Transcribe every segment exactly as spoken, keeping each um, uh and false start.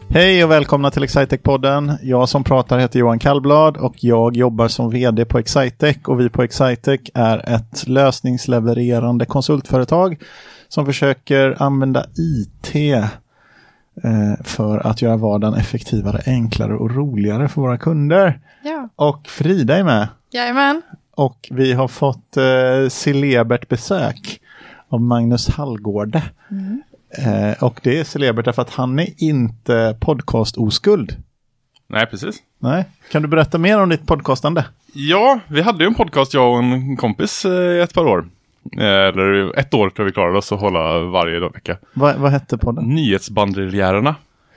Hej och välkomna till Excitec-podden. Jag som pratar heter Johan Kallblad och jag jobbar som vd på Excitec. Och vi på Excitec är ett lösningslevererande konsultföretag som försöker använda I T eh, för att göra vardagen effektivare, enklare och roligare för våra kunder. Ja. Och Frida är med. Jajamän. Och vi har fått eh, celebert besök av Magnus Hallgårde. Mm. Eh, och det är celebert därför att han är inte podcast-oskuld. Nej, precis. Nej. Kan du berätta mer om ditt podcastande? Ja, vi hade ju en podcast, jag och en kompis, i ett par år. Eller ett år tror vi klarade oss att hålla varje vecka. Va, vad hette podden? Nyhetsbandriljärerna.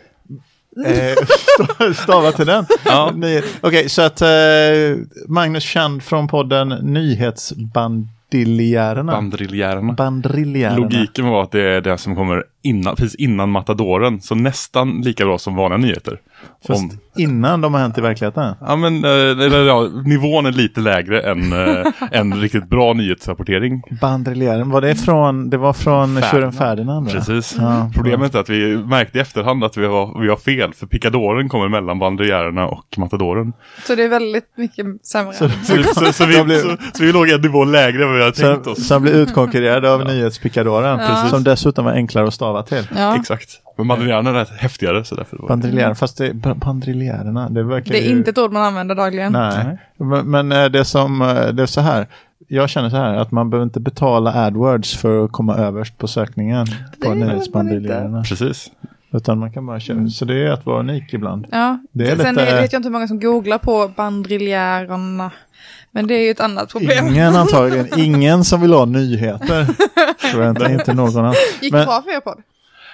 eh, stava till den. Ja. Okej, okay, så att eh, Magnus känd från podden Nyhetsband Bandriljärerna. Bandriljärerna. Bandriljärerna. Logiken var att det är det som kommer innan, precis innan Matadoren. Så nästan lika bra som vanliga nyheter. Fast Om, innan de har hänt i verkligheten? Ja, men eller, ja, nivån är lite lägre än äh, en riktigt bra nyhetsrapportering. Bandriljären, var det från, det var från Tjuren Ferdinand? Precis. Ja, Problemet är att vi märkte i efterhand att vi har, vi har fel. För Picadoren kommer mellan Bandriljärerna och Matadoren. Så det är väldigt mycket sämre. Så, så, så, så, vi, så, så vi låg en nivå lägre än vad vi hade tänkt oss. Som blev utkonkurrerade av ja. Nyhetspikadoren. Ja. Som dessutom var enklare att stava till. Ja. Exakt. Men bandriljärerna är rätt häftigare. Så därför var bandriljärerna, mm. fast det, bandriljärerna, det verkar Det är ju... inte ett ord man använder dagligen. Nej, men, men det, som, det är så här. Jag känner så här att man behöver inte betala AdWords för att komma överst på sökningen det på nyhetsbandriljärerna. Precis. Utan man kan bara köra. Mm. Så det är att vara unik ibland. Ja, det är sen lite... är, vet jag inte hur många som googlar på bandriljärerna. Men det är ju ett annat problem. Ingen antagligen. Ingen som vill ha nyheter. Tror jag inte, inte någon annan. Gick men... det bra för er podd?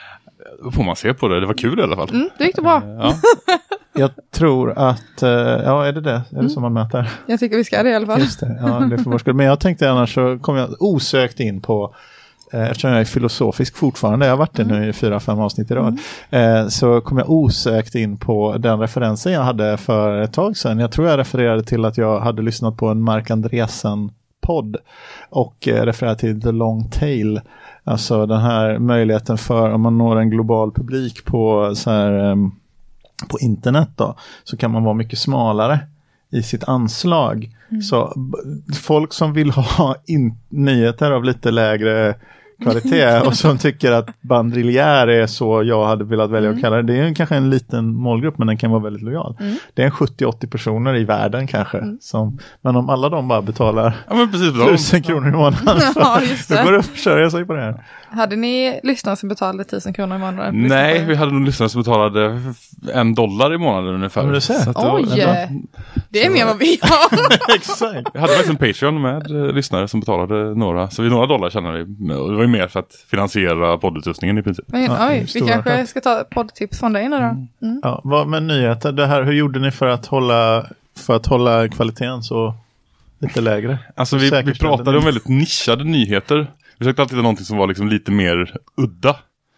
Får man se på det? Det var kul i alla fall. Mm, det gick det bra. Ja. Jag tror att, ja är det det? Är det mm. som man mäter? Jag tycker vi ska det i alla fall. Just det, ja det är för vår skull. Men jag tänkte annars så kom jag osökt in på, eh, eftersom jag är filosofisk fortfarande, jag har varit det mm. nu i fyra, fem avsnitt i rad, mm. eh, så kom jag osökt in på den referensen jag hade för ett tag sedan. Jag tror jag refererade till att jag hade lyssnat på en Mark Andresen-podd och eh, refererade till The Long Tail. Alltså den här möjligheten för om man når en global publik på så här, um, på internet då, så kan man vara mycket smalare i sitt anslag. Mm. Så b- folk som vill ha in- nyheter av lite lägre kvalitet och som tycker att bandriljär är så jag hade velat välja mm. att kalla det. Det är kanske en liten målgrupp, men den kan vara väldigt lojal. Mm. Det är en sjuttio åttio personer i världen kanske. Mm. Som, men om alla de bara betalar ja, men precis, tusen kronor i månaden ja, just det. så går det att försörja sig på det här. Hade ni lyssnare som betalade tusen kronor i månaden? Nej, vi hade nog lyssnare som betalade en dollar i månaden ungefär. Men du ser. Så Oj, det var, det är så, mer vad vi har. Exakt. Vi hade faktiskt en Patreon med eh, lyssnare som betalade några. Så vi några dollar känner vi. Det var ju mer för att finansiera poddutrustningen i princip. Men, ja, oj, vi kanske skönt. ska ta poddtips från dig nu då. Mm. Mm. Ja, vad med nyheter? Det här, hur gjorde ni för att hålla, för att hålla kvaliteten så lite lägre? Alltså vi, vi pratade om väldigt nischade nyheter. Vi försökte alltid ha någonting som var liksom lite mer udda.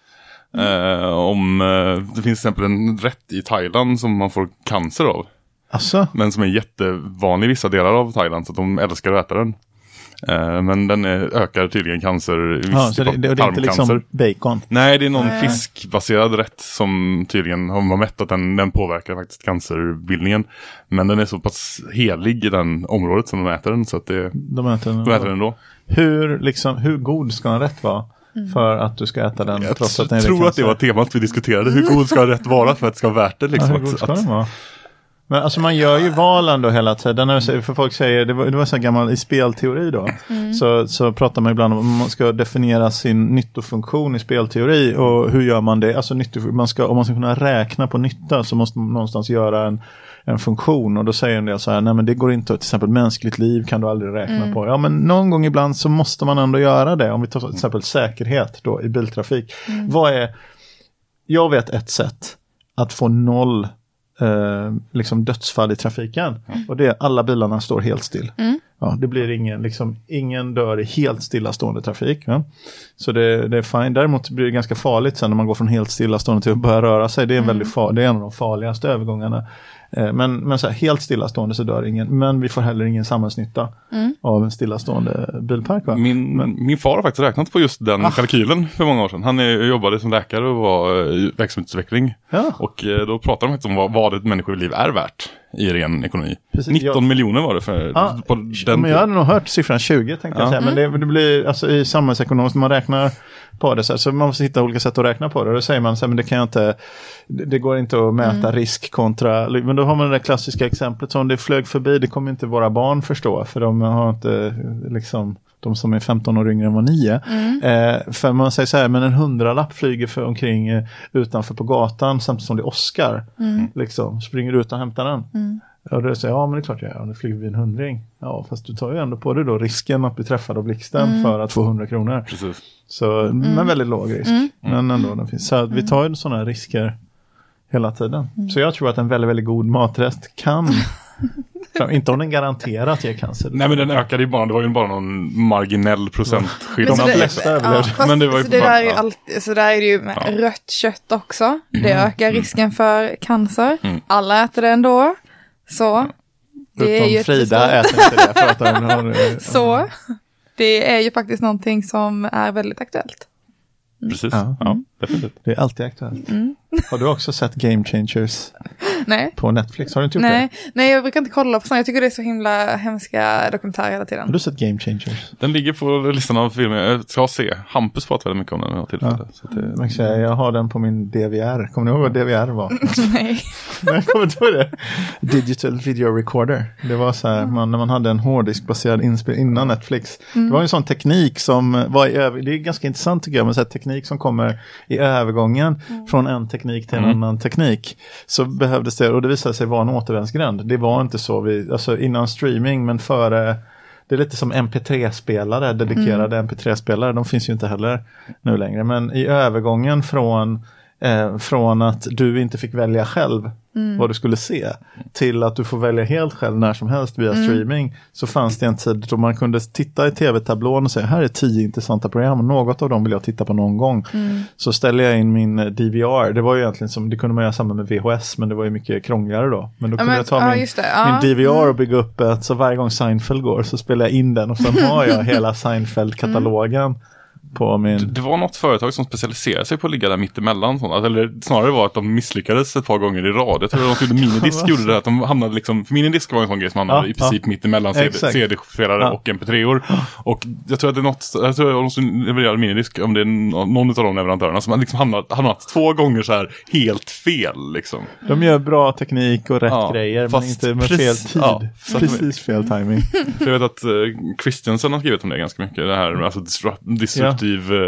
Mm. Eh, om eh, det finns till exempel en rätt i Thailand som man får cancer av. Asså? Men som är jättevanlig i vissa delar av Thailand så att de älskar att äta den. Uh, men den är, ökar tydligen cancer. Ja, så det, det, det är inte liksom bacon? Nej, det är någon Nej. fiskbaserad rätt som tydligen har man mätt att den, den påverkar faktiskt cancerbildningen. Men den är så pass helig i den området som de äter den så att det, de äter den, de äter den då. Hur, liksom, hur god ska en rätt vara mm. för att du ska äta den? Jag trots att den är tror cancer? Att det var temat vi diskuterade. Hur god ska en rätt vara för att det ska vara värt det? Liksom, ja, hur god ska att, den vara? Men alltså man gör ju valen då hela tiden. För folk säger, det var, det var så gammal i spelteori då. Mm. Så, så pratar man ibland om att man ska definiera sin nyttofunktion i spelteori. Och hur gör man det? Alltså nytto, man ska, om man ska kunna räkna på nytta så måste man någonstans göra en, en funktion. Och då säger en del så här, nej men det går inte. Till exempel mänskligt liv kan du aldrig räkna mm. på. Ja men någon gång ibland så måste man ändå göra det. Om vi tar till exempel säkerhet då i biltrafik. Mm. Vad är, jag vet ett sätt att få noll Eh, liksom dödsfall i trafiken mm. och det är alla bilarna står helt still. Mm. Ja, det blir ingen, liksom, ingen dör i helt stillastående trafik. Ja? Så det, det är fine. Däremot blir det ganska farligt sen när man går från helt stillastående till att börja röra sig. Det är, en mm. väldigt far, det är en av de farligaste övergångarna. Eh, men men så här, helt stillastående så dör ingen. Men vi får heller ingen samhällsnytta mm. av en stillastående bilpark. Va? Min, men, min far har faktiskt räknat på just den ah. kalkylen för många år sedan. Han är, jobbade som läkare och var i verksamhetsutveckling. Ja. Och eh, då pratar de om vad, vad ett människoliv är värt i ren ekonomi. Precis, nitton jag... miljoner var det för ah, på den men jag hade nog hört siffran tjugo tänkte ja. jag säga. Men det, det blir alltså i samhällsekonomiskt man räknar på det så, här, så man måste hitta olika sätt att räkna på det. Då säger man så här, men det kan jag inte det, det går inte att mäta mm. risk kontra, men då har man det där klassiska exemplet som det flög förbi, det kommer inte våra barn förstå för de har inte liksom de som är femton år yngre än var nio. Mm. Eh, för man säger så här, men en hundralapp flyger för omkring eh, utanför på gatan samtidigt som det är Oscar. Mm. Liksom, springer ut och hämtar den. Mm. Och då säger jag, ja men det är klart jag gör, det flyger vid en hundring. Ja, fast du tar ju ändå på dig då risken att bli träffad av blixten mm. för att få hundra kronor. Precis. Så, mm. men väldigt låg risk. Mm. Men ändå, den finns. Så att vi tar ju sådana risker hela tiden. Mm. Så jag tror att en väldigt, väldigt god maträtt kan inte om den garanterat ger cancer. Nej men den ökade ju bara, det var ju bara någon marginell procentskill. Men, de det, flesta ja, fast, men det var ju så det där är ju alltid, så där är det ju med ja. rött kött också. Det mm. ökar risken mm. för cancer. Mm. Alla äter det ändå. Så det utom är ju Frida äter inte det för att hon har, så det är ju faktiskt någonting som är väldigt aktuellt. Mm. Precis, ja, ja definitivt. Det är alltid aktuellt. Mm. Har du också sett Game Changers? Nej. På Netflix? Har du inte gjort Nej. det? Nej, jag brukar inte kolla på sånt. Jag tycker det är så himla hemska dokumentärer hela tiden. Har du sett Game Changers? Den ligger på listan av filmer. Jag ska se. Hampus pratar väldigt mycket om den här tillfället. Ja. Så det... Man kan säga, jag har den på min D V R. Kommer ni ihåg vad D V R var? Nej. Nej, kommer du ihåg det? Digital Video Recorder. Det var så här, man, när man hade en hårddiskbaserad inspel innan Netflix. Mm. Det var en sån teknik som var i över... Det är ganska intressant tycker jag, men så här, teknik som kommer i övergången mm. från en teknik till en mm. annan teknik. Så behövdes det, och det visade sig vara en återvändsgränd. Det var inte så vi, alltså innan streaming, men före, det är lite som M P tre-spelare, dedikerade mm. M P tre-spelare, de finns ju inte heller nu längre. Men i övergången från eh, från att du inte fick välja själv mm. vad du skulle se till att du får välja helt själv när som helst via mm. streaming, så fanns det en tid då man kunde titta i tv-tablån och säga, här är tio intressanta program, något av dem vill jag titta på någon gång. Mm. Så ställde jag in min D V R, det var ju egentligen som, det kunde man göra samma med V H S, men det var ju mycket krångligare då. Men då kunde ja, men, jag ta ja, min, ja. min D V R och bygga upp ett, så varje gång Seinfeld går så spelar jag in den och sen har jag hela Seinfeld-katalogen mm. på min... Det, det var något företag som specialiserade sig på att ligga där mittemellan. Sånt. Eller snarare var att de misslyckades ett par gånger i rad. Jag tror att de gjorde Minidisk gjorde det, att de hamnade liksom... För Minidisk var en sån grej som hamnade ja, i princip ja. mittemellan C D-spelare ja. och M P tre-or. Och jag tror att det är något... Jag tror att de som levererade Minidisk, om det är någon av de leverantörerna, som liksom hamnat, hamnat två gånger så här helt fel liksom. De gör bra teknik och rätt ja, grejer, men inte med fel tid. Ja, precis fel timing. För jag vet att uh, Christiansen har skrivit om det ganska mycket. Det här, alltså disruptive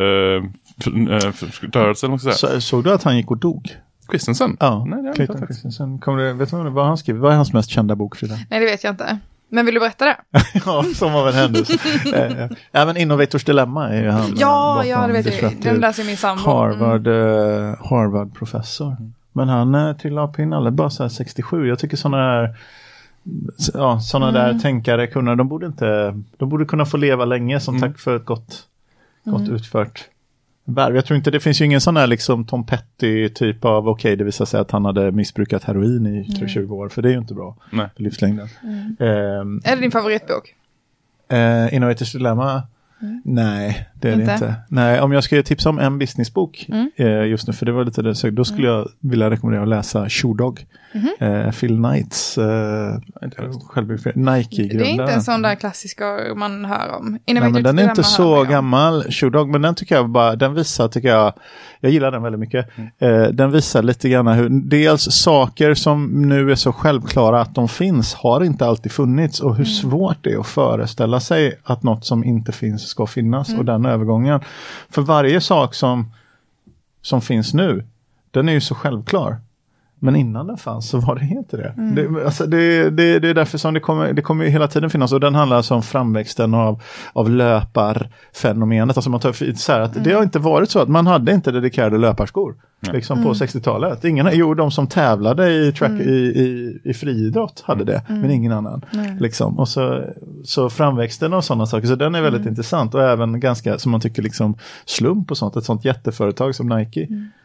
dörrelse, eller vad så, såg du att han gick och dog? Christensen? Ja, nej, det Clayton Christensen. Kommer du, vet du vad han skrev? Vad är hans mest kända bok, Frida? Nej, det vet jag inte. Men vill du berätta det? Ja, som av en händelse. Även Innovators Dilemma är ju han. Ja, ja, det vet jag. Den läser min sambo. Harvard, mm. Harvard-professor. Mm. Men han är till A P Nalle bara så här sextiosju. Jag tycker sådana här ja, sådana mm. där tänkare kunna, de borde inte, de borde kunna få leva länge som mm. tack för ett gott gott mm. utfört värv. Jag tror inte, det finns ju ingen sån här liksom Tom Petty typ av, okej okay, det visar sig att han hade missbrukat heroin i mm. tjugo år, för det är ju inte bra Nej. för livslängden. Mm. Um, är det din favoritbok? Uh, Innovators Dilemma? Mm. Nej, det är inte. det inte. Nej, om jag ska tipsa om en businessbok mm. eh, just nu, för det var lite det, så då skulle mm. jag vilja rekommendera att läsa Shoe Dog. Mm. Eh, Phil Knights eh, Nike-grundare. Det är inte en sån där klassiska man hör om. Nej, men den är inte så gammal, Shoe Dog, men den tycker jag bara, den visar, tycker jag, jag gillar den väldigt mycket. Mm. Eh, den visar lite grann hur, dels saker som nu är så självklara att de finns, har inte alltid funnits, och hur mm. svårt det är att föreställa sig att något som inte finns ska finnas, mm. och den övergången. För varje sak som som finns nu, den är ju så självklar. Men innan den fanns så var det inte det. Mm. det, alltså det, det, det är därför som det kommer, det kommer ju hela tiden finnas. Och den handlar alltså om framväxten av, av löparfenomenet. Alltså man tar så här att mm. det har inte varit så att man hade inte dedikerade löparskor. Mm. Liksom mm. på sextiotalet. Ingen, jo, de som tävlade i, track, mm. i, i, i friidrott hade det. Mm. Men ingen annan. Mm. Liksom. Och så, så framväxten av sådana saker. Så den är väldigt mm. intressant. Och även ganska, som man tycker, liksom slump och sånt. Ett sånt jätteföretag som Nike. Mm.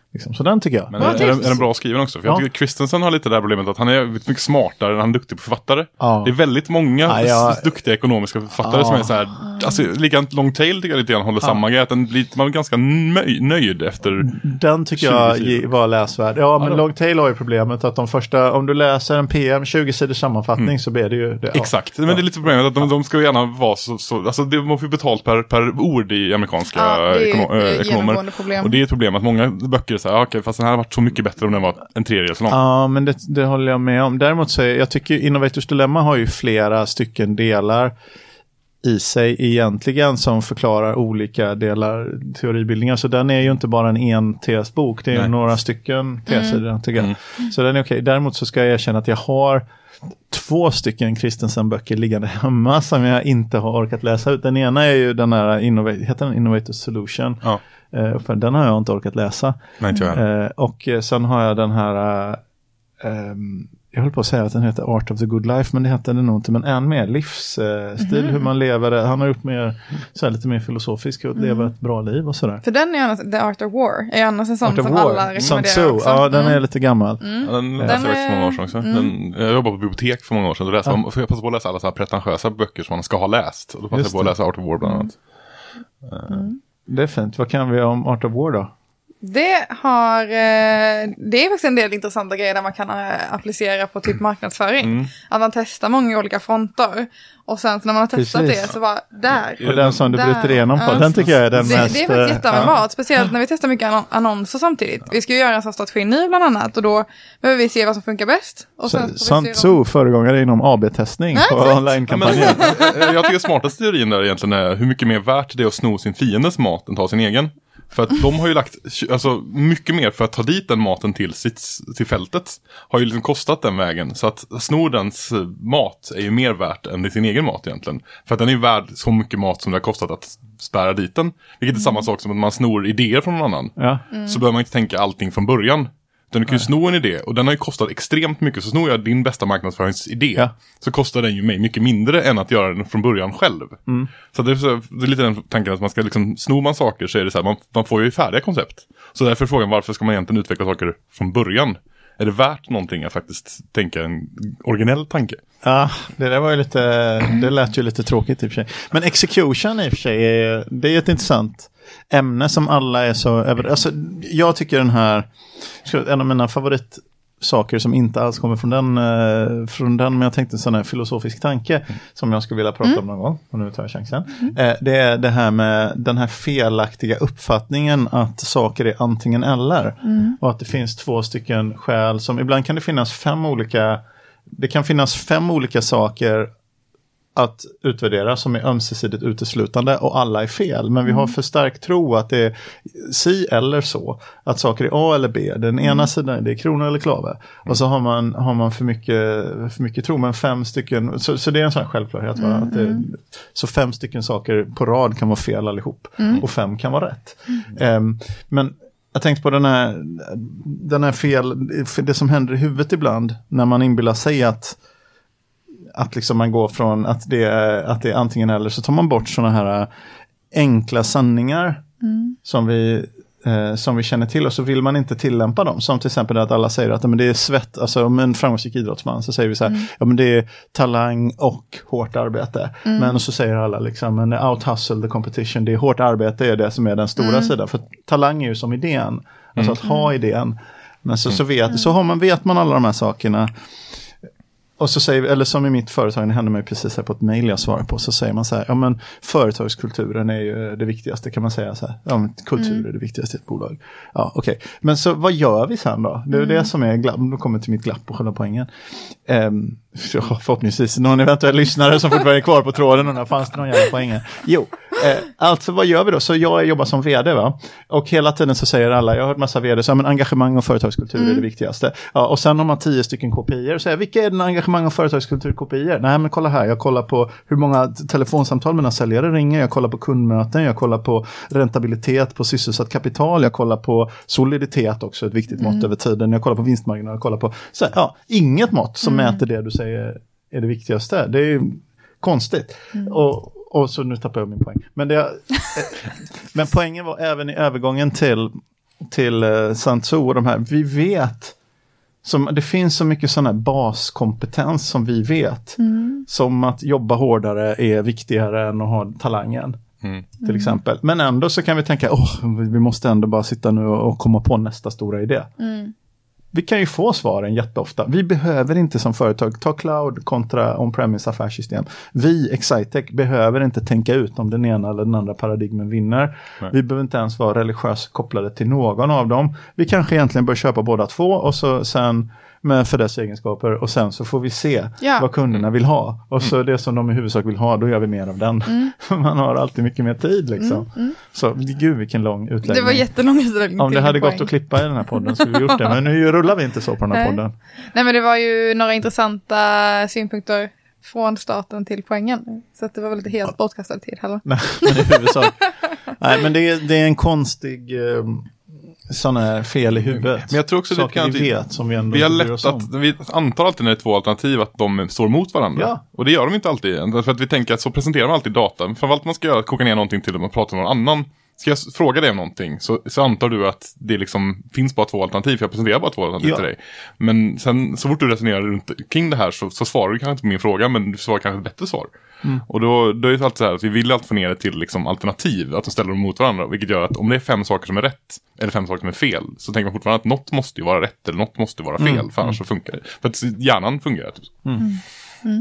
Liksom. Så den tycker jag. Men är, är, den, är den bra skriven också? För jag tycker Christensen har lite det här problemet att han är mycket smartare än han är duktig på författare. Ja. Det är väldigt många ja, ja. duktiga ekonomiska författare ja. som är så här, alltså likadant Long Tail tycker jag lite grann håller ja. samma grej, att den blir man ganska nöj, nöjd efter. Den tycker jag var läsvärd. Ja, men ja, Long Tail har ju problemet att de första, om du läser en P M, tjugo sidors sammanfattning mm. så blir det ju det. Ja. Exakt, ja. men det är lite problemet att de, de ska gärna vara så, så alltså det, man får ju betalt per, per ord i amerikanska ja, ekonom, äh, ekonomer. Problem. Och det är ett problem att många böcker är så här, okej, okay, fast den här har varit så mycket bättre om den var en tredjedel så lång. Ja, men det, det håller jag med om. Däremot så är, jag tycker Innovators Dilemma har ju flera stycken delar i sig egentligen som förklarar olika delar teoribildningar. Så den är ju inte bara en en-tesbok. Det är ju några stycken teser mm. den tycker jag. Mm. Så den är okej. Okay. Däremot så ska jag erkänna att jag har två stycken Christensen-böcker liggande hemma som jag inte har orkat läsa ut. Den ena är ju den här Innov- heter den Innovator Solution. Ja. Uh, för den har jag inte orkat läsa. Nej, inte jag. Uh, och sen har jag den här uh, um, jag höll på att säga att den heter Art of the Good Life, men det heter den nog inte, men än mer livsstil, uh, mm. hur man lever. Han har gjort mer, så här, lite mer filosofisk och mm. leva ett bra liv och sådär. För den är annars, The Art of War är annars en sån som War. Alla rekommenderar också. Ja, den mm. är lite gammal. Mm. Ja, den läste jag faktiskt för många år sedan också. Mm. Den, jag jobbade på bibliotek för många år sedan. Då läste ja. man, för jag passade på att läsa alla så här pretentiösa böcker som man ska ha läst. Och då passade jag på att läsa Art of War bland annat. Mm. Mm. Det är fint. Vad kan vi om Art of War då? Det har, det är faktiskt en del intressanta grejer där man kan applicera på typ marknadsföring. Mm. Att man testar många olika fronter. Och sen när man har testat Precis. det så bara där. Och den som du bryter igenom på, ja. den tycker jag är den det, mest... Det är faktiskt jätteanvändbart, ja. speciellt när vi testar mycket annon- annonser samtidigt. Vi ska ju göra en sån strategi nu bland annat och då behöver vi se vad som funkar bäst. Och sen Sant så föregångare inom A B-testning ja, på online-kampanjer. Ja, jag tycker smartaste teorin där egentligen är hur mycket mer värt det är att sno sin fiendes mat än ta sin egen. För att de har ju lagt alltså, mycket mer för att ta dit den maten till, sitt, till fältet. Har ju liksom kostat den vägen. Så att snordens mat är ju mer värt än sin egen mat egentligen. För att den är ju värd så mycket mat som det har kostat att spärra dit den. Vilket är mm. samma sak som att man snor idéer från någon annan. Ja. Mm. Så behöver man inte tänka allting från början. Den kan ju sno en idé och den har ju kostat extremt mycket. Så snor jag din bästa marknadsföringsidé ja. så kostar den ju mig mycket mindre än att göra den från början själv. Mm. Så det är, så det är lite den tanken att man ska liksom, snor man saker så är det så här, man, man får ju färdiga koncept. Så därför är frågan, varför ska man egentligen utveckla saker från början? Är det värt någonting att faktiskt tänka en originell tanke? Ja, det där var ju lite, det lät ju lite tråkigt i och för sig. Men execution i och för sig, är, det är ett intressant ämne som alla är så över. Alltså, jag tycker den här, en av mina favoritsaker som inte alls kommer från den, eh, från den men jag tänkte en sån här filosofisk tanke mm. som jag skulle vilja prata mm. om någon gång, och nu tar jag chansen. Mm. Eh, det är det här med den här felaktiga uppfattningen att saker är antingen eller. Mm. Och att det finns två stycken skäl som, ibland kan det finnas fem olika, det kan finnas fem olika saker att utvärdera som är ömsesidigt uteslutande och alla är fel. Men vi har för stark tro att det är si eller så. Att saker är A eller B. Den ena mm. sidan det är krona eller klave. Mm. Och så har man, har man för, mycket, för mycket tro. Men fem stycken, så, så det är en sån här självklarhet. Mm. Att det, så fem stycken saker på rad kan vara fel allihop. Mm. Och fem kan vara rätt. Mm. Um, men jag tänkte på den här, den här fel, det som händer i huvudet ibland. När man inbillar sig att att liksom man går från att det är, att det är antingen eller, så tar man bort såna här enkla sanningar mm. som vi eh, som vi känner till, och så vill man inte tillämpa dem. Som till exempel att alla säger att men det är svett, alltså om en framgångsrik idrottsman så säger vi så här, mm. ja men det är talang och hårt arbete. Mm. Men så säger alla liksom, men out hustle the competition, det är hårt arbete är det som är den stora mm. sidan. För talang är ju som idén, alltså mm. att ha idén. Men så, så, vet, så har man, vet man alla de här sakerna. Och så säger, eller som i mitt företag, det hände mig precis här på ett mejl jag svarar på, så säger man så här, ja men företagskulturen är ju det viktigaste, kan man säga så här. Ja men kultur mm. är det viktigaste i ett bolag. Ja okej, okay. Men så vad gör vi sen då? Det är mm. det som är glapp, då kommer till mitt glapp på själva poängen. Um, förhoppningsvis någon eventuell lyssnare som fortfarande är kvar på tråden, och när fanns det någon jävla poängen? Jo, eh, alltså vad gör vi då? Så jag jobbar som vd va? Och hela tiden så säger alla, jag har hört massa vd, så ja, men engagemang och företagskultur mm. är det viktigaste. Ja, och sen har man tio stycken kopior och säger, vilka är den engagemang och företagskultur kopior? Nej men kolla här, jag kollar på hur många telefonsamtal mina säljare ringer, jag kollar på kundmöten, jag kollar på rentabilitet på sysselsatt kapital, jag kollar på soliditet också, ett viktigt mm. mått över tiden, jag kollar på vinstmarginal, jag kollar på, så ja, inget mått som mm. mäter det du säger är det viktigaste. Det är ju konstigt. Mm. Och, och så nu tappar jag min poäng. Men, det, men poängen var även i övergången till till uh, Sun Tzu och de här, vi vet som, det finns så mycket sån här baskompetens som vi vet. Mm. Som att jobba hårdare är viktigare än att ha talangen. Mm. Till exempel. Men ändå så kan vi tänka, åh, vi måste ändå bara sitta nu och komma på nästa stora idé. Mm. Vi kan ju få svaren jätteofta. Vi behöver inte som företag ta cloud kontra on-premise affärssystem. Vi, Excitec, behöver inte tänka ut om den ena eller den andra paradigmen vinner. Nej. Vi behöver inte ens vara religiöst kopplade till någon av dem. Vi kanske egentligen bör köpa båda två och så sen med för dess egenskaper och sen så får vi se ja. vad kunderna vill ha. Och så mm. det som de i huvudsak vill ha, då gör vi mer av den. Mm. Man har alltid mycket mer tid liksom. Mm. Mm. Så gud vilken lång utläggning. Det var jättelång utläggning. Om det hade gått att klippa i den här podden skulle vi gjort det. Men nu rullar vi inte så på den här Nej. podden. Nej men det var ju några intressanta synpunkter från starten till poängen. Så att det var väl inte helt bortkastad tid heller. Nej, men i huvudsak. Nej men det är, det är en konstig... Eh, sådana här fel i huvudet. Men jag tror också saker lite vi vet som vi ändå vi har lätt att vi antar alltid när det är två alternativ att de står mot varandra. Ja. Och det gör de inte alltid. För att vi tänker att så presenterar man alltid data. För allt man ska göra, koka ner någonting till dem och prata med någon annan. Ska jag fråga dig om någonting så, så antar du att det liksom finns bara två alternativ. För jag presenterar bara två alternativ ja. till dig. Men sen så fort du resonerar runt kring det här så, så svarar du kanske inte på min fråga. Men du svarar kanske ett bättre svar. Mm. Och då, då är det alltid så här att vi vill alltid få ner det till liksom alternativ. Att de ställer dem mot varandra. Vilket gör att om det är fem saker som är rätt eller fem saker som är fel så tänker man fortfarande att något måste ju vara rätt eller något måste vara fel. Mm. För annars så funkar det. För att hjärnan fungerar. Typ. Mm. Mm.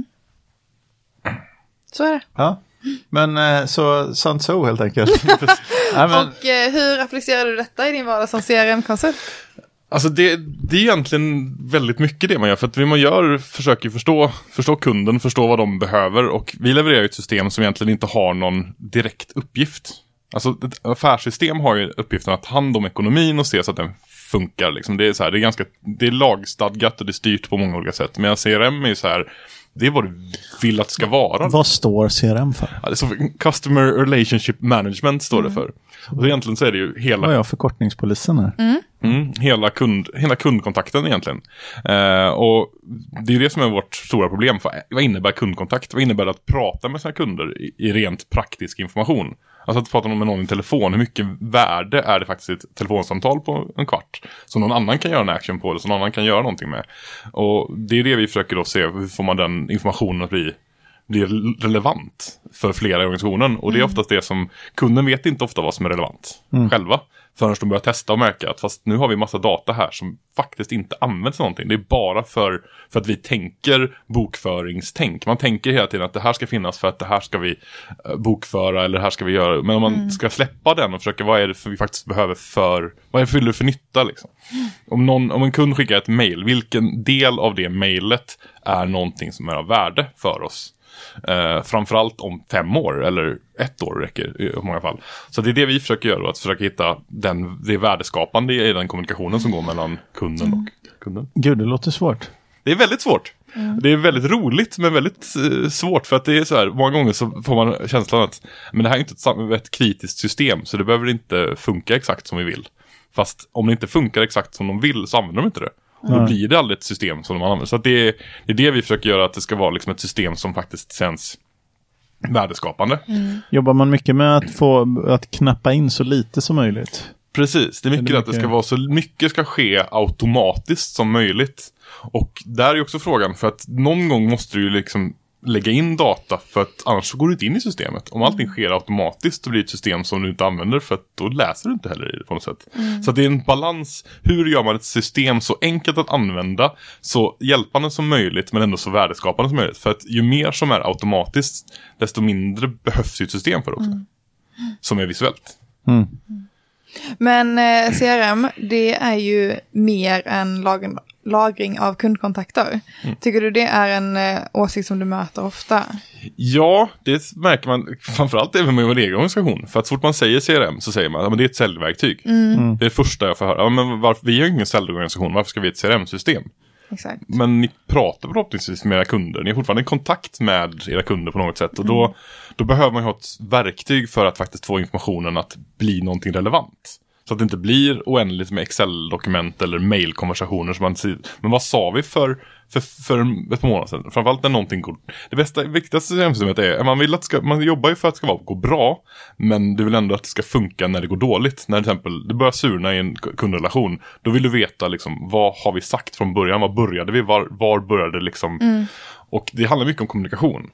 Så är det. Ja. Men eh, så Sun Tzu helt enkelt. ja, men... Och eh, hur applicerar du detta i din vardag som C R M-konsult? Alltså det, det är egentligen väldigt mycket det man gör. För att det man gör försöker förstå, förstå kunden, förstå vad de behöver. Och vi levererar ju ett system som egentligen inte har någon direkt uppgift. Alltså ett affärssystem har ju uppgiften att ta hand om ekonomin och se så att den funkar. Liksom. Det är så här, det är ganska, det är lagstadgat och det är styrt på många olika sätt. Men C R M är ju så här, det är vad du vill att det ska vara. Vad står C R M för? Ja, det står för Customer Relationship Management står mm. det för. Och egentligen så är det ju hela... Vad är förkortningspolisen här? Mm. Mm, hela, kund, hela kundkontakten egentligen. Eh, och det är det som är vårt stora problem. För vad innebär kundkontakt? Vad innebär det att prata med sina kunder i, i rent praktisk information? Alltså att prata med någon i telefon. Hur mycket värde är det faktiskt ett telefonsamtal på en kvart? Som någon annan kan göra en action på. Eller som någon annan kan göra någonting med. Och det är det vi försöker då se. Hur får man den informationen att bli... blir relevant för flera i organisationen. Och det är oftast det som kunden vet inte ofta vad som är relevant mm. själva. Förrän de börjar testa och märka att fast nu har vi massa data här som faktiskt inte används till någonting. Det är bara för, för att vi tänker bokföringstänk. Man tänker hela tiden att det här ska finnas för att det här ska vi bokföra eller det här ska vi göra. Men om man mm. ska släppa den och försöka vad är det för vi faktiskt behöver för, vad är det för, för nytta liksom. Mm. Om, någon, om en kund skickar ett mejl, vilken del av det mejlet är någonting som är av värde för oss? Uh, framförallt om fem år eller ett år räcker i många fall. Så det är det vi försöker göra, att försöka hitta den, det värdeskapande i den kommunikationen som går mellan kunden och kunden. Gud, det låter svårt. Det är väldigt svårt. Mm. Det är väldigt roligt men väldigt uh, svårt för att det är så här, många gånger så får man känslan att men det här är inte ett, ett kritiskt system så det behöver inte funka exakt som vi vill. Fast om det inte funkar exakt som de vill så använder de inte det. Och då blir det aldrig ett system som de använder. Så att det, är, det är det vi försöker göra, att det ska vara liksom ett system som faktiskt känns värdeskapande. Mm. Jobbar man mycket med att få att knappa in så lite som möjligt? Precis, det är mycket, är det mycket... att det ska vara så mycket ska ske automatiskt som möjligt. Och där är också frågan, för att någon gång måste du ju liksom lägga in data för att annars så går du inte in i systemet. Om allting sker automatiskt så blir det ett system som du inte använder för att då läser du inte heller i det på något sätt. Mm. Så att det är en balans. Hur gör man ett system så enkelt att använda, så hjälpande som möjligt men ändå så värdeskapande som möjligt. För att ju mer som är automatiskt desto mindre behövs ju ett system för det också. Mm. Som är visuellt. Mm. Mm. Men eh, C R M, det är ju mer än lag- lagring av kundkontakter. Mm. Tycker du det är en eh, åsikt som du möter ofta? Ja, det märker man framförallt även med vår egen organisation. För att så fort man säger C R M så säger man att ja, det är ett säljverktyg. Mm. Mm. Det är det första jag får höra. Ja, men varför, vi har ingen säljorganisation, varför ska vi ha ett C R M-system? Exakt. Men ni pratar förhoppningsvis med era kunder. Ni är fortfarande i kontakt med era kunder på något sätt. Och då, då behöver man ju ha ett verktyg för att faktiskt få informationen att bli någonting relevant. Så att det inte blir oändligt med Excel-dokument eller mail-konversationer som man säger. Men vad sa vi för, för, för ett par månader sedan? Framförallt när någonting går... Det bästa, viktigaste systemet är, man vill att ska, man jobbar ju för att det ska vara, gå bra, men du vill ändå att det ska funka när det går dåligt. När till exempel det börjar surna i en kundrelation, då vill du veta liksom, vad har vi sagt från början? Vad började vi? Var, var började liksom? Mm. Och det handlar mycket om kommunikation.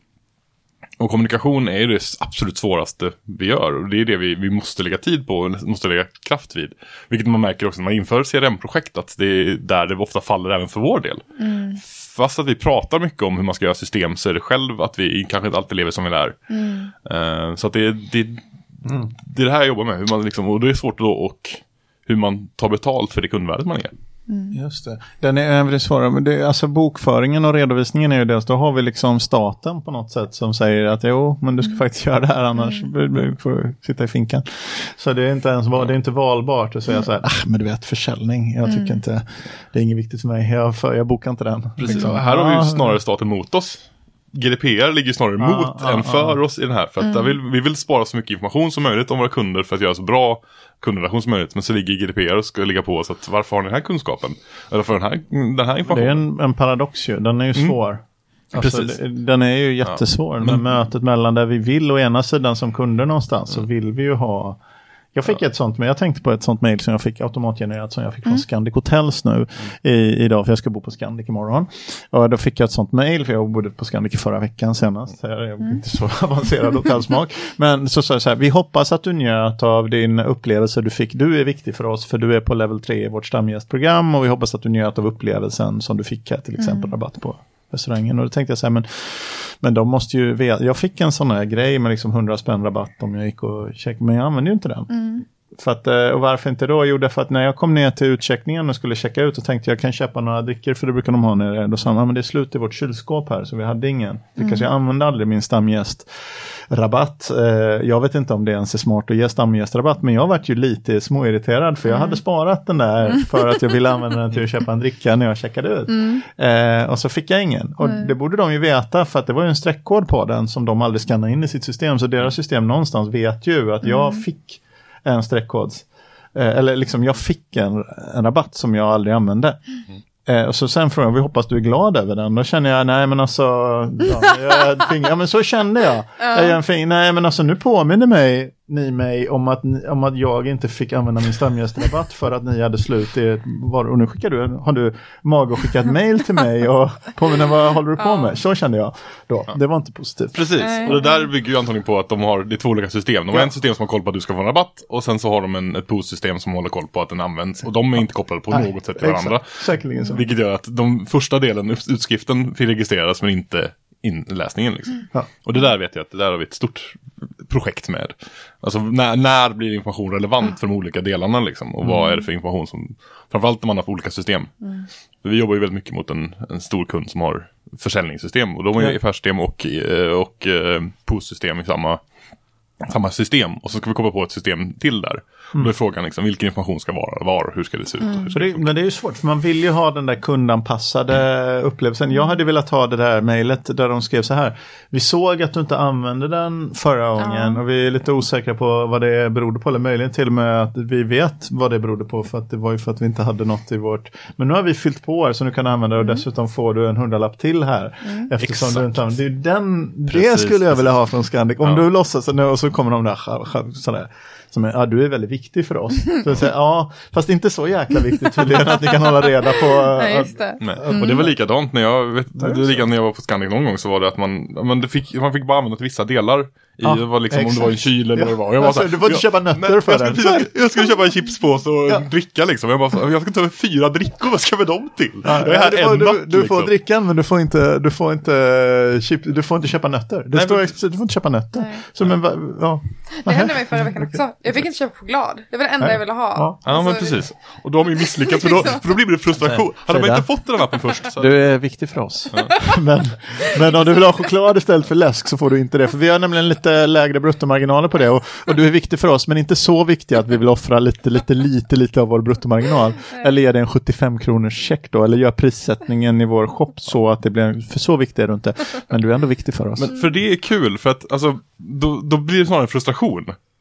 Och kommunikation är ju det absolut svåraste vi gör. Och det är det vi, vi måste lägga tid på och måste lägga kraft vid. Vilket man märker också när man inför C R M-projekt, att det är där det ofta faller även för vår del. Mm. Fast att vi pratar mycket om hur man ska göra system, så är det själv att vi kanske inte alltid lever som vi lär. Mm. Uh, så att det, det, mm. det är det här jag jobbar med. Hur man liksom, och det är svårt då, och hur man tar betalt för det kundvärdet man ger. Mm. Just det. Den är väldigt svår. Men det, alltså bokföringen och redovisningen är ju det. Då har vi liksom staten på något sätt som säger att jo, men du ska mm. faktiskt göra det här, annars mm. får du sitta i finkan. Så det är inte ens det är inte valbart att säga mm. så här, ah, men du vet, försäljning. Jag tycker mm. inte, det är inget viktigt för mig. Jag, för, jag bokar inte den. Precis. Liksom. Här har vi ju snarare staten mot oss. G D P R ligger snarare ah, mot ah, än för ah. oss i den här. För att mm. vill, vi vill spara så mycket information som möjligt om våra kunder för att göra så bra kundrelation som möjligt. Men så ligger G D P R och ska ligga på oss att varför har ni den här kunskapen? Eller för den här, den här informationen? Det är en, en paradox ju. Den är ju svår. Mm. Alltså, Precis. Det, den är ju jättesvår. Ja. Men mötet mellan där vi vill och ena sidan som kunder någonstans mm. så vill vi ju ha... Jag fick ja. ett sånt, men jag tänkte på ett sånt mejl som jag fick automatgenererat som jag fick mm. från Scandic Hotels nu mm. i, idag, för jag ska bo på Scandic imorgon. Och då fick jag ett sånt mejl, för jag bodde på Scandic förra veckan senast. Så jag är mm. inte så avancerad hotellsmak. Men så sa jag så här, vi hoppas att du njöt av din upplevelse du fick. Du är viktig för oss, för du är på level tre i vårt stamgästprogram, och vi hoppas att du njöt av upplevelsen som du fick här, till exempel mm. rabatt på restaurangen. Och då tänkte jag så här, men, men de måste ju veta, jag fick en sån här grej med liksom hundra spänn rabatt om jag gick och checkade, men jag använde ju inte den. Mm. För att, och varför inte då? Jo, därför att när jag kom ner till utcheckningen och skulle checka ut, och tänkte jag kan köpa några drickor, för det brukar de ha nere. Då sa man, men det är slut i vårt kylskåp här, så vi hade ingen. Mm. För jag använde aldrig min stamgäst rabatt. Jag vet inte om det ens är smart att ge stamgästrabatt, men jag var ju lite småirriterad, för jag hade sparat den där för att jag ville använda den till att köpa en dricka när jag checkade ut. Mm. Eh, och så fick jag ingen. Och mm. det borde de ju veta, för att det var ju en streckkod på den som de aldrig skannar in i sitt system, så deras system någonstans vet ju att jag mm. fick en streckkod. Eh, eller liksom jag fick en, en rabatt som jag aldrig använde. Mm. Eh, och så sen frågade jag, vi hoppas du är glad över den. Då känner jag, nej men alltså ja, jag, ja men så kände jag. Ja. Jag fin, nej men alltså nu påminner mig ni mig om att, om att jag inte fick använda min stamgästrabatt för att ni hade slut i var, och nu skickar du, har du mag att skicka ett mejl till mig och påminna vad håller du på med? Så kände jag då. Ja. Det var inte positivt. Precis, och det där bygger ju antagligen på att de har, det är två olika system. De har ja. ett system som har koll på att du ska få en rabatt, och sen så har de en, ett P O S-system som håller koll på att den används, och de är inte kopplade på nej, något sätt till varandra. Säkerligen så. Vilket gör att de första delen, utskriften, får registreras men inte inläsningen liksom. Mm. Ja. Och det där vet jag att det där har vi ett stort projekt med. Alltså när, när blir information relevant mm. för de olika delarna liksom, och mm. vad är det för information som, framförallt när man har för olika system. Mm. Vi jobbar ju väldigt mycket mot en, en stor kund som har försäljningssystem, och de har ju affärssystem och, och, och eh, P O S-system i samma samma system, och så ska vi komma på ett system till där. Mm. Och då är frågan liksom, vilken information ska vara var, hur ska det se ut? Mm. Ska det, men det är ju svårt, för man vill ju ha den där kundanpassade mm. upplevelsen. Jag hade velat ha det där mejlet där de skrev så här: vi såg att du inte använde den förra gången, ja. och vi är lite osäkra på vad det berodde på, eller möjligen till och med att vi vet vad det berodde på, för att det var ju för att vi inte hade något i vårt, men nu har vi fyllt på här, så nu kan du använda det, och mm. dessutom får du en hundralapp till här, mm. eftersom Exakt. du inte använder. Det är den, precis, det skulle jag precis. vilja ha från Scandic, om ja. du låtsas nu, och så kommer de där sådär, som är, ja, du är väldigt viktig för oss. Så jag säger, ja, fast inte så jäkla viktigt tydligen att ni kan hålla reda på. Ja, just det. Nej. Mm. Och det var likadant när jag vet, det var likadant när jag var på Scandic någon gång, så var det att man, man, det fick, man fick bara använda till vissa delar. I, ja, det var liksom, om det var en kyl eller ja. vad det var. Jag bara, alltså, du får inte köpa nötter för jag skulle, den. Jag skulle köpa en chipspås och ja. dricka liksom. Jag bara, jag ska ta fyra drickor, vad ska vi dem till? Ja, jag är här en du, natt, du liksom. får drickan, men du får inte, du får inte, chip, du får inte köpa nötter. Det Nej, står men, explicit, du får inte köpa nötter. Nej. Så, men, ja. Det hände mig förra veckan också. Jag fick inte köpa choklad. Det var det enda Nej. jag ville ha. Ja, ja alltså, men precis. Och då har man ju misslyckats, för då, för då blir det frustration. Hade man inte fått den appen först. Så. Du är viktig för oss. Ja. men, men om du vill ha choklad istället för läsk, så får du inte det. För vi har nämligen lite lägre bruttomarginaler på det. Och, och du är viktig för oss, men inte så viktig att vi vill offra lite, lite, lite, lite av vår bruttomarginal. Eller ge det en sjuttiofem kronors check då. Eller gör prissättningen i vår shop så att det blir, för så viktigt är du inte. Men du är ändå viktig för oss. Men för det är kul, för att alltså, då, då blir det snarare en frustration.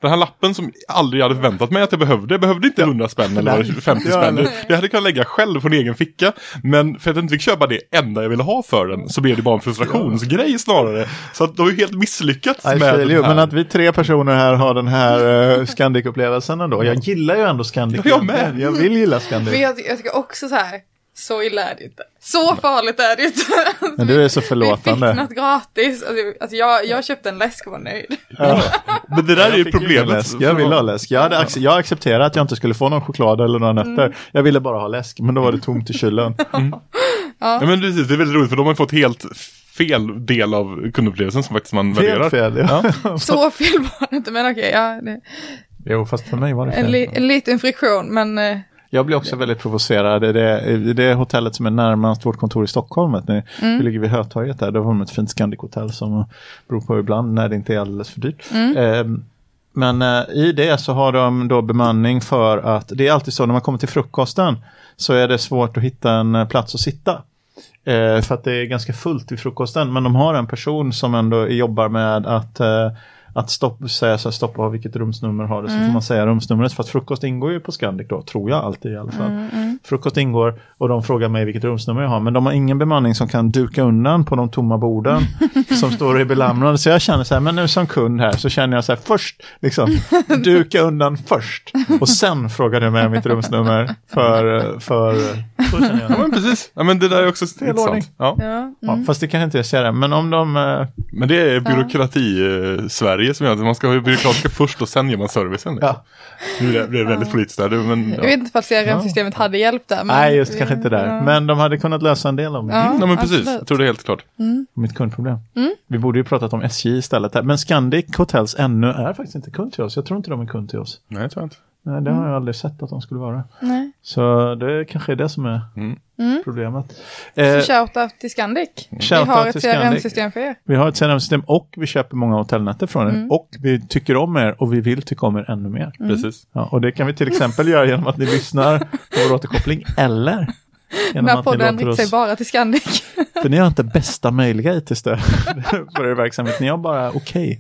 Den här lappen som aldrig hade förväntat mig att jag behövde. Jag behövde inte hundra spänn eller femtio spänn. Det hade kunnat lägga själv från egen ficka. Men för att jag inte fick köpa det enda jag ville ha för den så blev det bara en frustrationsgrej snarare. Så att de är helt misslyckats I med det här. Men att vi tre personer här har den här uh, Scandic-upplevelsen ändå. Jag gillar ju ändå Scandic. Jag med. Jag vill gilla Scandic. Men jag, jag tycker också så här, så illa är det inte. Så farligt är det inte. Men du är så förlåtande. Vi fick något gratis. Alltså, alltså jag, jag köpte en läsk och var nöjd. Ja. Men det där jag är ju problemet. Läsk. Jag vill ha läsk. Jag, hade ac- jag accepterade att jag inte skulle få någon choklad eller några nötter. Mm. Jag ville bara ha läsk, men då var det tomt i kylen. Mm. Ja. Ja, men precis, det är väldigt roligt för de har fått helt fel del av kundupplevelsen som faktiskt man värderar. Fel, ja. Ja. Så fel var det inte, men okej. Ja, det... Jo, fast för mig var det fel. En, li- en liten friktion, men... Eh... Jag blir också väldigt provocerad. Det är det hotellet som är närmast vårt kontor i Stockholm. Vet ni? Mm. Vi ligger vid Hötorget där. Då har de ett fint Scandic-hotell som beror på ibland när det inte är alldeles för dyrt. Mm. Eh, men eh, i det så har de då bemanning för att det är alltid så när man kommer till frukosten så är det svårt att hitta en plats att sitta. Eh, för att det är ganska fullt vid frukosten. Men de har en person som ändå jobbar med att... Eh, att stopp, säga så här, stoppa vilket rumsnummer har det så mm. får man säga rumsnumret för att frukost ingår ju på Scandic då, tror jag alltid i alla fall. Mm, mm. Frukost ingår och de frågar mig vilket rumsnummer jag har men de har ingen bemanning som kan duka undan på de tomma borden som står i belamrande så jag känner så här, men nu som kund här så känner jag så här, först liksom, duka undan först och sen frågar du mig mitt rumsnummer för, för så känner jag. Ja men precis, ja men det där är också intressant. Ja. Ja, mm. ja, fast det kan inte jag säga det, men om de... Eh... Men det är byråkrati eh, Sverige som gör att man ska ha byråkratiska först och sen gör man servicen. Liksom. Ja. Nu är det väldigt politiskt där. Men, ja. Jag vet inte om C R M-systemet ja. hade hjälpt där. Men nej, just kanske inte där. Ja. Men de hade kunnat lösa en del av det. Ja, mm, ja men precis. Absolut. Jag tror det är helt klart. Mm. Mitt kundproblem. Mm. Vi borde ju pratat om S J istället. Här. Men Scandic Hotels ännu är faktiskt inte kund till oss. Jag tror inte de är kund till oss. Nej, jag tror inte. Nej, det har jag aldrig sett att de skulle vara. Nej. Så det kanske är det som är mm. problemet. Eh, så shoutout till Scandic. Vi har ett C R M-system för er. Vi har ett C R M-system och vi köper många hotellnätter från er. Mm. Och vi tycker om er och vi vill tycka om er ännu mer. Mm. Precis. Ja, och det kan vi till exempel göra genom att ni lyssnar på vår återkoppling eller genom när att podden riktar sig bara till Scandic. För ni har inte bästa möjliga I T-stöd för er verksamhet. Ni har bara okej.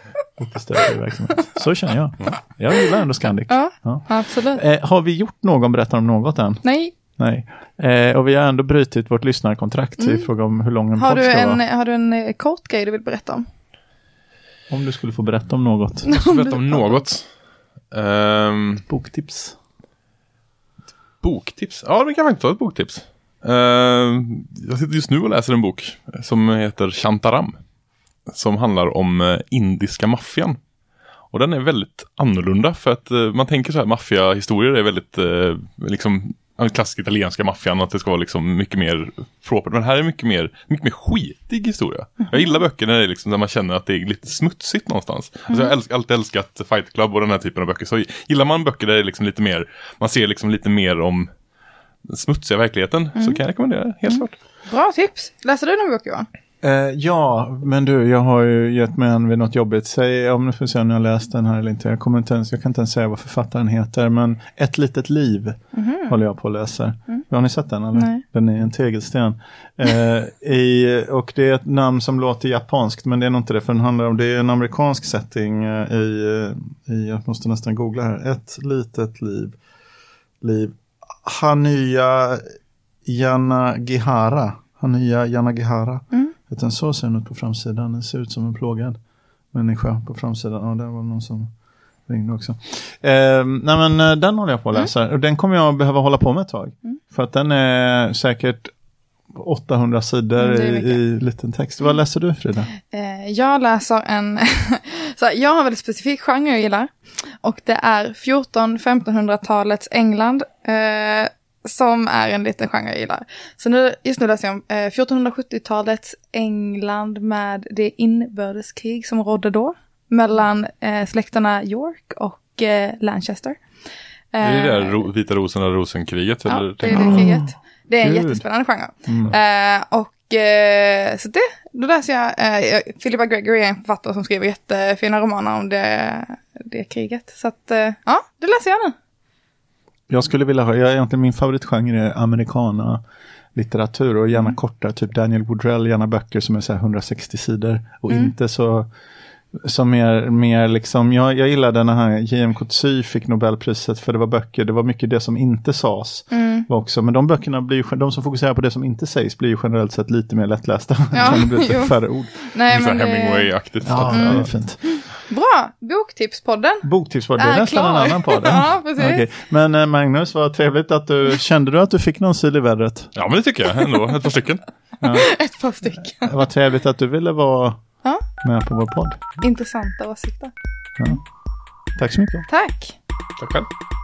Okay. Så känner jag. Jag gillar ändå Scandic. Ja, ja. Absolut. Eh, har vi gjort någon berättar om något än? Nej. Nej. Eh, och vi har ändå brutit vårt lyssnarkontrakt mm. i fråga om hur lång en har podd ska en, vara. Har du en kort grej du vill berätta om? Om du skulle få berätta om något. Jag skulle berätta om något. Um, boktips. Boktips? Ja, det kan faktiskt ta ett boktips. Uh, jag sitter just nu och läser en bok som heter Shantaram. Som handlar om uh, indiska maffian. Och den är väldigt annorlunda för att uh, man tänker så här, maffiahistorier är väldigt uh, liksom klassisk italienska maffian att det ska vara liksom mycket mer propert. Men här är mycket mer, mycket mer skitig historia. Mm. Jag gillar böcker när, det är liksom, när man känner att det är lite smutsigt någonstans. Mm. Alltså jag har älsk, alltid älskat Fight Club och den här typen av böcker. Så gillar man böcker där det är liksom lite mer, man ser liksom lite mer om den smutsiga verkligheten mm. så kan jag rekommendera det, helt mm. klart. Bra tips. Läser du någon bok, Johan? Uh, ja, men du, jag har ju gett mig en vid något jobbigt. Säg om du får se om jag har läst den här eller inte. Jag, kommer inte ens, jag kan inte ens säga vad författaren heter, men Ett litet liv mm-hmm. håller jag på att läsa. Mm. Har ni sett den? Eller? Nej. Den är en tegelsten. uh, i, och det är ett namn som låter japanskt, men det är nog inte det, för den handlar om, det är en amerikansk setting uh, i, uh, i, jag måste nästan googla här. Ett litet liv. liv. Hanyaya Yanagihara. Hanyaya Yanagihara. Mm. Utan så ser den ut på framsidan. Den ser ut som en plågad människa på framsidan. Ja, där var någon som ringde också. Eh, nej men den håller jag på att läsa. Mm. Och den kommer jag behöva hålla på med ett tag. Mm. För att den är säkert åttahundra sidor mm, i, i liten text. Vad läser du, Frida? Eh, jag läser en... så jag har en väldigt specifik genre jag gillar. Och det är fjorton-femtonhundratalets England. Eh, som är en liten genre jag gillar. Så nu, just nu läser jag om eh, fjortonhundrasjuttiotalets England med det inbördeskrig som rådde då. Mellan eh, släkterna York och eh, Lancaster. Eh, det är det där ro- vita rosorna rosenkriget? Ja, eller? det är det kriget. Det är en Gud. jättespännande genre. Mm. Eh, och eh, så det, då läser jag, eh, Philippa Gregory är en författare som skriver jättefina romaner om det, det kriget. Så att, eh, ja, det läser jag nu. Jag skulle vilja ha, jag, egentligen min favoritgenre är americana litteratur och gärna mm. korta, typ Daniel Woodrell, gärna böcker som är så här hundrasextio sidor och mm. inte så som mer, mer liksom, jag, jag gillade den här J M Coetzee fick Nobelpriset för det var böcker, det var mycket det som inte sades Mm. var också, men de böckerna blir ju, de som fokuserar på det som inte sägs blir ju generellt sett lite mer lättlästa. Ja, det blir jo. färre ord. Nej, Så men det... Hemingway-aktigt. Ja, Mm. det är fint. Bra, Boktipspodden. Boktipspodd, det är Är nästan klar. en annan podd. Ja, precis. Okej. Men eh, Magnus, vad trevligt att du, kände du att du fick någon sil i vädret? Ja, men det tycker jag ändå. Ett par stycken. Ett par stycken. Vad trevligt att du ville vara Ja. med på vår podd. Intressanta åsikter. Ja. Tack så mycket. Tack. Tack själv.